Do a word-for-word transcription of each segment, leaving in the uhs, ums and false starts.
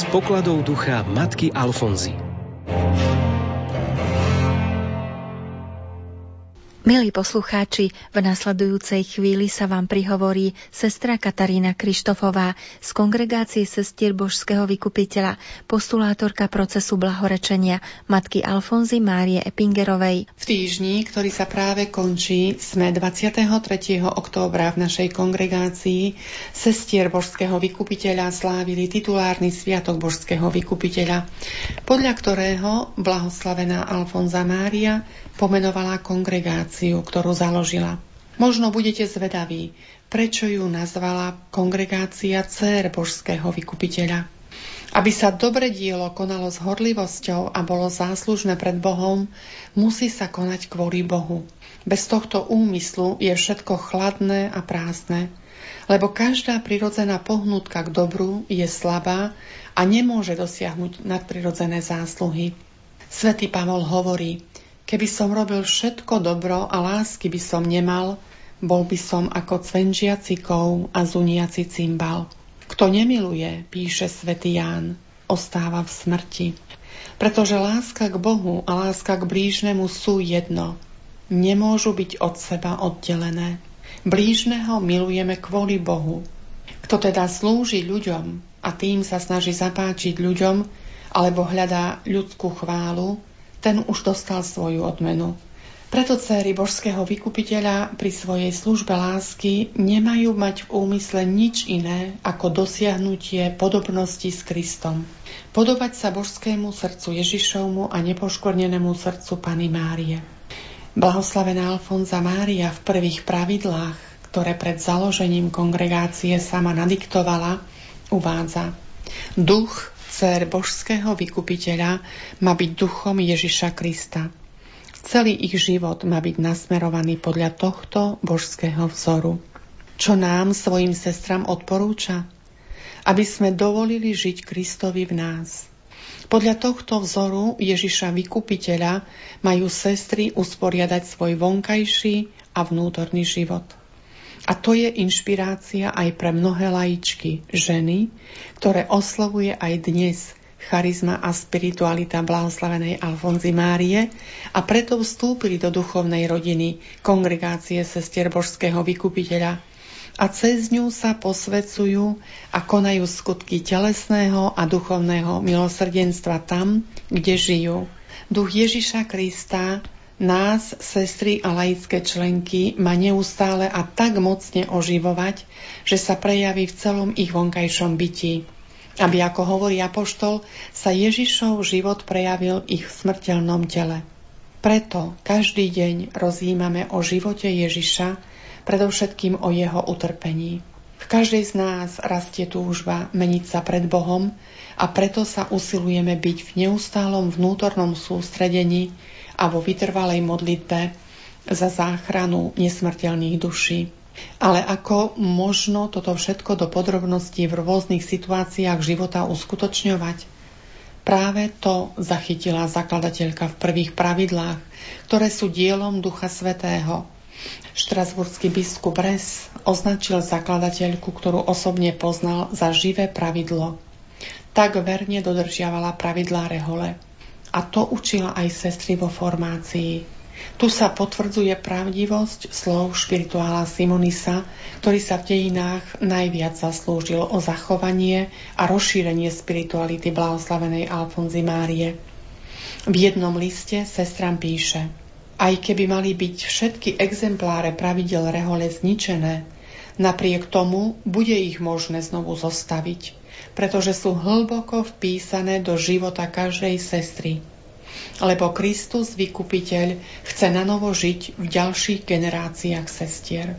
pokladov ducha matky Alfonzy. Milí poslucháči, v nasledujúcej chvíli sa vám prihovorí sestra Katarína Krištofová z Kongregácie sestier Božského vykupiteľa, postulátorka procesu blahorečenia matky Alfonzy Márie Epingerovej. V týždni, ktorý sa práve končí, sme dvadsiateho tretieho októbra v našej kongregácii sestier Božského vykupiteľa slávili titulárny sviatok Božského vykupiteľa, podľa ktorého blahoslavená Alfonza Mária pomenovala kongregáciu, ktorú založila. Možno budete zvedaví, prečo ju nazvala Kongregácia dcér Božského vykupiteľa. Aby sa dobre dielo konalo s horlivosťou a bolo záslužné pred Bohom, musí sa konať kvôli Bohu. Bez tohto úmyslu je všetko chladné a prázdne, lebo každá prirodzená pohnutka k dobru je slabá a nemôže dosiahnuť nadprirodzené zásluhy. Svätý Pavol hovorí: keby som robil všetko dobro a lásky by som nemal, bol by som ako cvenžiaci kov a zuniaci cymbal. Kto nemiluje, píše svätý Ján, ostáva v smrti. Pretože láska k Bohu a láska k blížnemu sú jedno. Nemôžu byť od seba oddelené. Blížneho milujeme kvôli Bohu. Kto teda slúži ľuďom a tým sa snaží zapáčiť ľuďom alebo hľadá ľudskú chválu, ten už dostal svoju odmenu. Preto dcéry Božského vykupiteľa pri svojej službe lásky nemajú mať v úmysle nič iné ako dosiahnutie podobnosti s Kristom. Podobať sa božskému srdcu Ježišovmu a nepoškvrnenému srdcu Panny Márie. Blahoslavená Alfonza Mária v prvých pravidlách, ktoré pred založením kongregácie sama nadiktovala, uvádza: Duch dcér Božského vykupiteľa má byť duchom Ježiša Krista. Celý ich život má byť nasmerovaný podľa tohto božského vzoru. Čo nám, svojim sestram, odporúča? Aby sme dovolili žiť Kristovi v nás. Podľa tohto vzoru Ježiša vykupiteľa majú sestry usporiadať svoj vonkajší a vnútorný život. A to je inšpirácia aj pre mnohé laičky, ženy, ktoré oslavuje aj dnes charizma a spiritualita blahoslavenej Alfonzy Márie a preto vstúpili do duchovnej rodiny Kongregácie sestier Božského vykupiteľa a cez ňu sa posväcujú a konajú skutky telesného a duchovného milosrdenstva tam, kde žijú. Duch Ježiša Krista nás, sestry a laické členky, má neustále a tak mocne oživovať, že sa prejaví v celom ich vonkajšom byti. Aby, ako hovorí apoštol, sa Ježišov život prejavil ich v smrteľnom tele. Preto každý deň rozjímame o živote Ježiša, predovšetkým o jeho utrpení. V každej z nás rastie túžba meniť sa pred Bohom a preto sa usilujeme byť v neustálom vnútornom sústredení a vo vytrvalej modlitbe za záchranu nesmrteľných duší. Ale ako možno toto všetko do podrobností v rôznych situáciách života uskutočňovať? Práve to zachytila zakladateľka v prvých pravidlách, ktoré sú dielom Ducha Svätého. Štrasburský biskup Res označil zakladateľku, ktorú osobne poznal, za živé pravidlo. Tak verne dodržiavala pravidlá rehole. A to učila aj sestry vo formácii. Tu sa potvrdzuje pravdivosť slov špirituála Simonisa, ktorý sa v dejinách najviac zaslúžil o zachovanie a rozšírenie spirituality blahoslavenej Alfonzy Márie. V jednom liste sestram píše: Aj keby mali byť všetky exempláre pravidel rehole zničené, napriek tomu bude ich možné znovu zostaviť, pretože sú hlboko vpísané do života každej sestry. Lebo Kristus, vykupiteľ, chce nanovo žiť v ďalších generáciách sestier.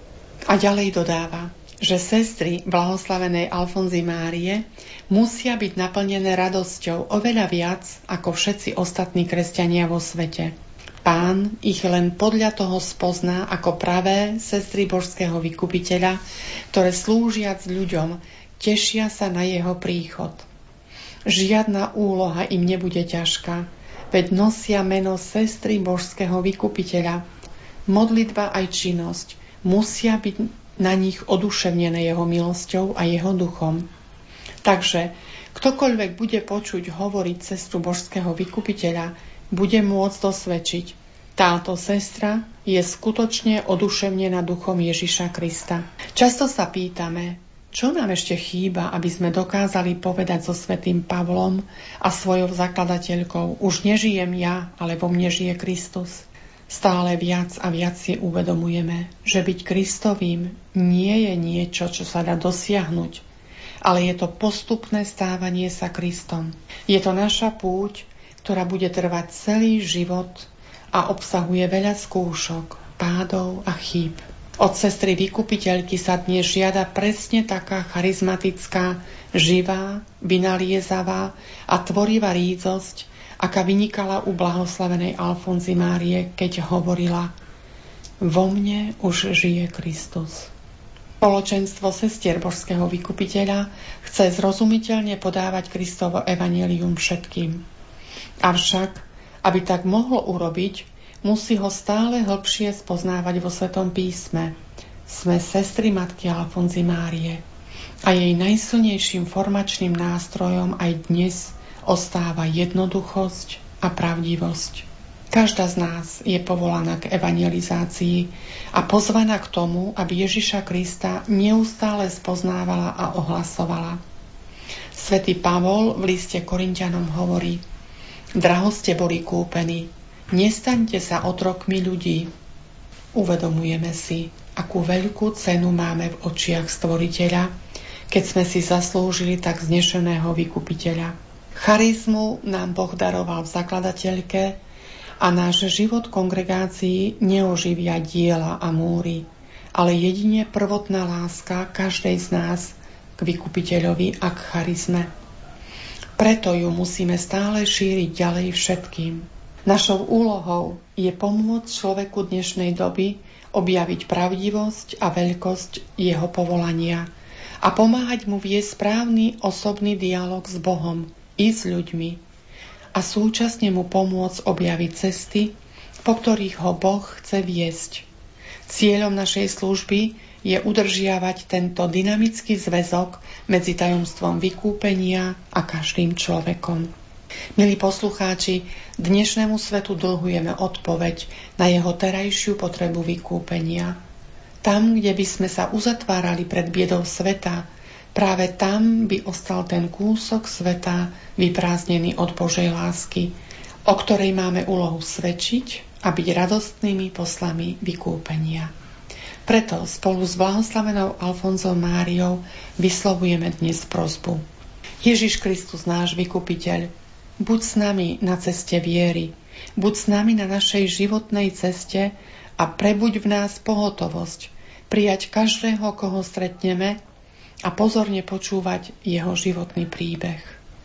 A ďalej dodáva, že sestry blahoslavenej Alfonzy Márie musia byť naplnené radosťou oveľa viac ako všetci ostatní kresťania vo svete. Pán ich len podľa toho spozná ako pravé sestry Božského vykupiteľa, ktoré slúžiac ľuďom tešia sa na jeho príchod. Žiadna úloha im nebude ťažká, veď nosia meno sestry Božského vykupiteľa. Modlitba aj činnosť musia byť na nich oduševnené jeho milosťou a jeho duchom. Takže Ktokoľvek bude počuť hovoriť sestru božského vykupiteľa, bude môcť dosvedčiť. Táto sestra je skutočne oduševnená duchom Ježiša Krista. Často sa pýtame, čo nám ešte chýba, aby sme dokázali povedať so svätým Pavlom a svojou zakladateľkou: už nežijem ja, ale vo mne žije Kristus. Stále viac a viac si uvedomujeme, že byť Kristovým nie je niečo, čo sa dá dosiahnuť, ale je to postupné stávanie sa Kristom. Je to naša púť, ktorá bude trvať celý život a obsahuje veľa skúšok, pádov a chýb. Od sestry vykupiteľky sa dnes žiada presne taká charizmatická, živá, vynaliezavá a tvorivá rídzosť, aká vynikala u blahoslavenej Alfonzy Márie, keď hovorila: vo mne už žije Kristus. Spoločenstvo sestier božského vykupiteľa chce zrozumiteľne podávať Kristovo evanjelium všetkým. Avšak, aby tak mohlo urobiť, musí ho stále hlbšie spoznávať vo Svetom písme. Sme sestry matky Alfonzy Márie a jej najsilnejším formačným nástrojom aj dnes ostáva jednoduchosť a pravdivosť. Každá z nás je povolaná k evangelizácii a pozvaná k tomu, aby Ježiša Krista neustále spoznávala a ohlasovala. Svätý Pavol v liste Korinťanom hovorí: draho ste boli kúpení, nestaňte sa otrokmi ľudí. Uvedomujeme si, akú veľkú cenu máme v očiach Stvoriteľa, keď sme si zaslúžili tak znešeného vykupiteľa. Charizmu nám Boh daroval v zakladateľke a náš život kongregácií neoživia diela a múry, ale jedine prvotná láska každej z nás k vykupiteľovi a k charizme. Preto ju musíme stále šíriť ďalej všetkým. Našou úlohou je pomôcť človeku dnešnej doby objaviť pravdivosť a veľkosť jeho povolania a pomáhať mu viesť správny osobný dialog s Bohom i s ľuďmi a súčasne mu pomôcť objaviť cesty, po ktorých ho Boh chce viesť. Cieľom našej služby je udržiavať tento dynamický zväzok medzi tajomstvom vykúpenia a každým človekom. Milí poslucháči, dnešnému svetu dlhujeme odpoveď na jeho terajšiu potrebu vykúpenia. Tam, kde by sme sa uzatvárali pred biedou sveta, práve tam by ostal ten kúsok sveta vyprázdnený od Božej lásky, o ktorej máme úlohu svedčiť a byť radostnými poslami vykúpenia. Preto spolu s blahoslavenou Alfonzou Máriou vyslovujeme dnes prosbu. Ježiš Kristus, náš vykupiteľ, buď s nami na ceste viery, buď s nami na našej životnej ceste a prebuď v nás pohotovosť prijať každého, koho stretneme, a pozorne počúvať jeho životný príbeh.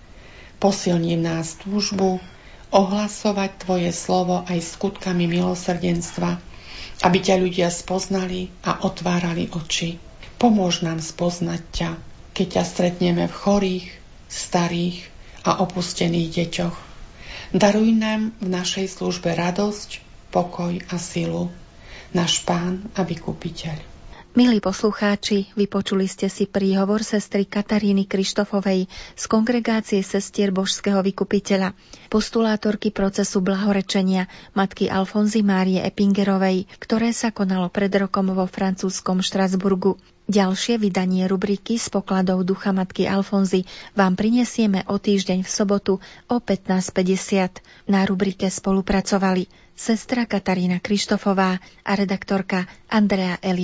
Posilni v nás túžbu ohlasovať Tvoje slovo aj skutkami milosrdenstva, aby ťa ľudia spoznali a otvárali oči. Pomôž nám spoznať ťa, keď ťa stretneme v chorých, starých a opustených deťoch. Daruj nám v našej službe radosť, pokoj a silu. Náš Pán a Vykupiteľ. Milí poslucháči, vypočuli ste si príhovor sestry Kataríny Krištofovej z Kongregácie sestier Božského vykupiteľa, postulátorky procesu blahorečenia matky Alfonzy Márie Epingerovej, ktoré sa konalo pred rokom vo francúzskom Štrasburgu. Ďalšie vydanie rubriky z pokladov ducha matky Alfonzy vám prinesieme o týždeň v sobotu o pätnásť päťdesiat. Na rubrike spolupracovali sestra Katarína Krištofová a redaktorka Andrea Eli.